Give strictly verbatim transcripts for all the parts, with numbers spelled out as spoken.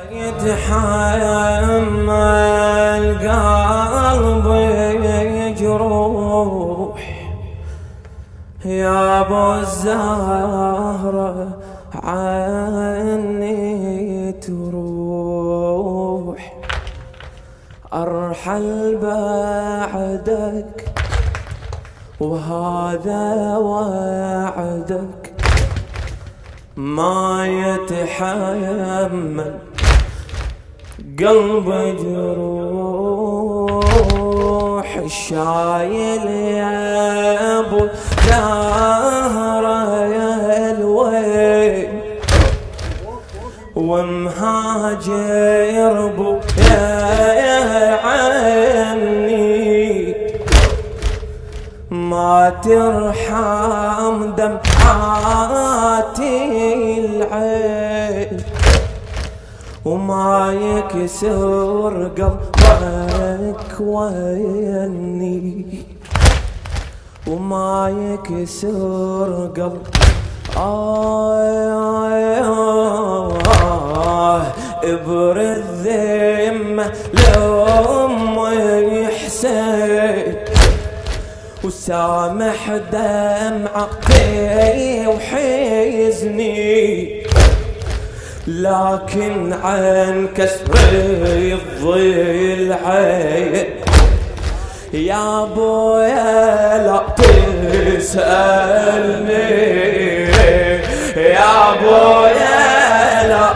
يتحمل قلبي جروح يا ابو الزهرة عني تروح ارحل بعدك وهذا وعدك ما يتحمل قلب جروح الشايل يا ابو زهرة يا الويل ومهاجر بو يا عني ما ترحم دمعاتي العين وما يكسر قلبك ويني وما يكسر قلب آه آه ابر الذمة لأمي حسين وسامح دمعتي وحزني لكن عن كسر الضلعين يا ابويا لا تسألني يا ابويا لا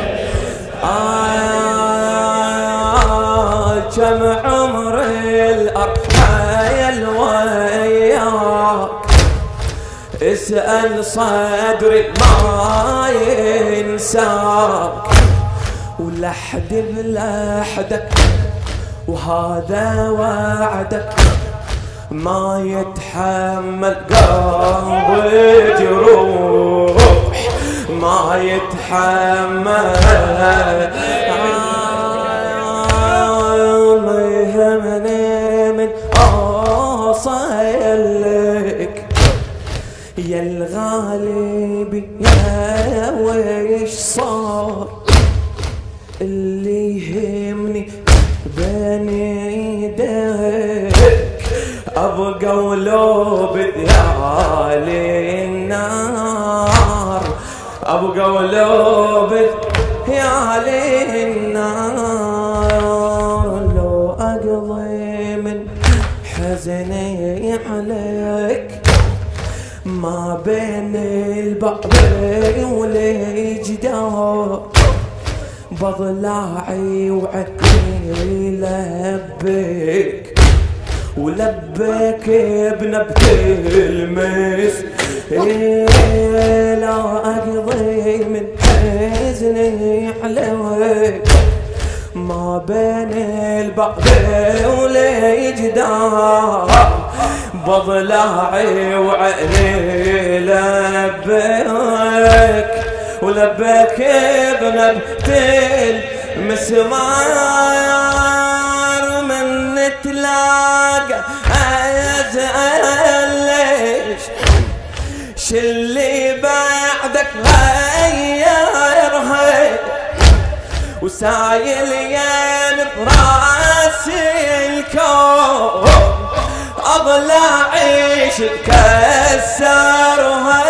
آه كم عمر الأرحال وياك اسأل صدري ما ينساك ولحد بلحدك وهذا وعدك ما يتحمل قلبي جروح ما يتحمل ما يهمني من أوصلك يا الغالب يا ويش صار اللي يهمني بين يديك ابقى ولو بديالي النار ابقى ولو بديالي النار لو اقضي من حزني عليك ما بين الباب والجدار بضلعي وعدي لبيك ولبيك بنبت المس إيه لا أقضي من حزني عليك ما بين الباب والجدار بضلعي وعيني لبيك ولبيك بنبت المسمار من نتلاقى أزعل ليش شلي بعدك غيرها وسايل يان براسي الكون أضل أعيش كسرها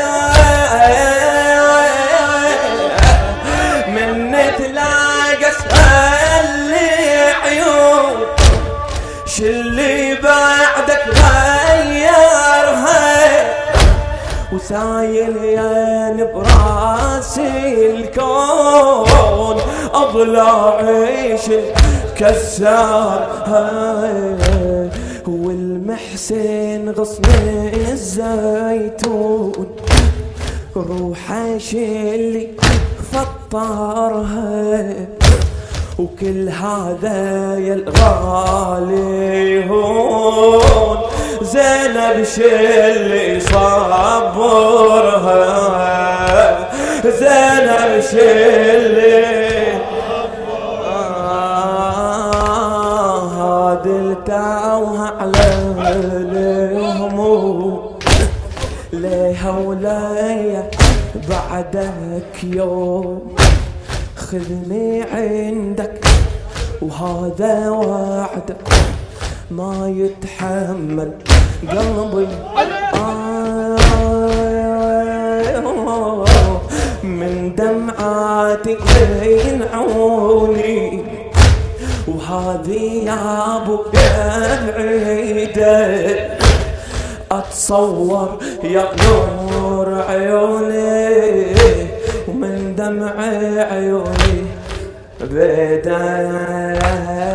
من نتلاقى اسألي عيون شلي بعدك غيرها وسايل يان براسي الكون أضل أعيش كسرها والمحسن غصن الزيتون روحه شلي فطرها وكل هذا يا الغالي هون زينب شلي صبرها زينب شلي دلتاوها على الهموم ليها وليا بعدك يوم خذني عندك وهذا وعدك ما يتحمل قلبي آه من دمعاتك بين عوني وهذه يا ابو بعيدة اتصور يا نور عيوني ومن دمع عيوني بداية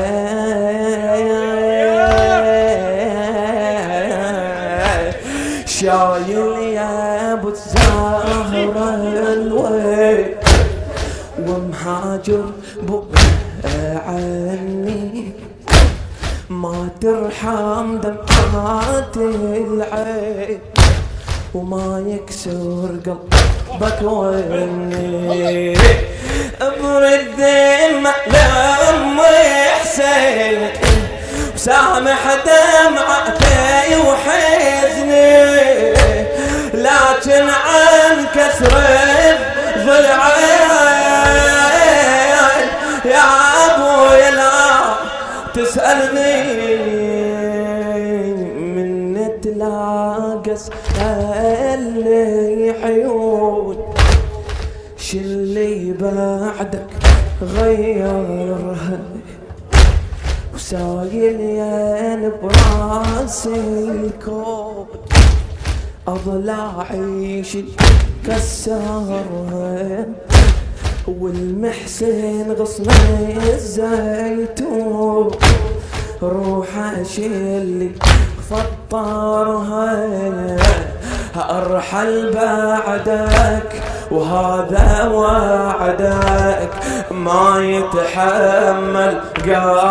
شايل يا ابو الزهرة الويل ومهاجر بك عني ما ترحم دمعات العين وما يكسر قلبك واني ابرد دمع لامي حسين وسامح دمعتي وحزني لكن عن كسر ضلعين يا ابوي لا تسألني من تلاقى اسألني عيون شلي بعدك غيرها وسايل يا براسي الكون اضل اعيش كسرها والمحسن غصن الزيتون روح اشيل فطرها ارحل بعدك وهذا وعدك ما يتحمل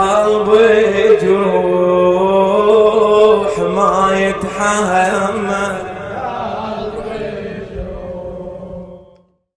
قلبي جروح ما يتحمل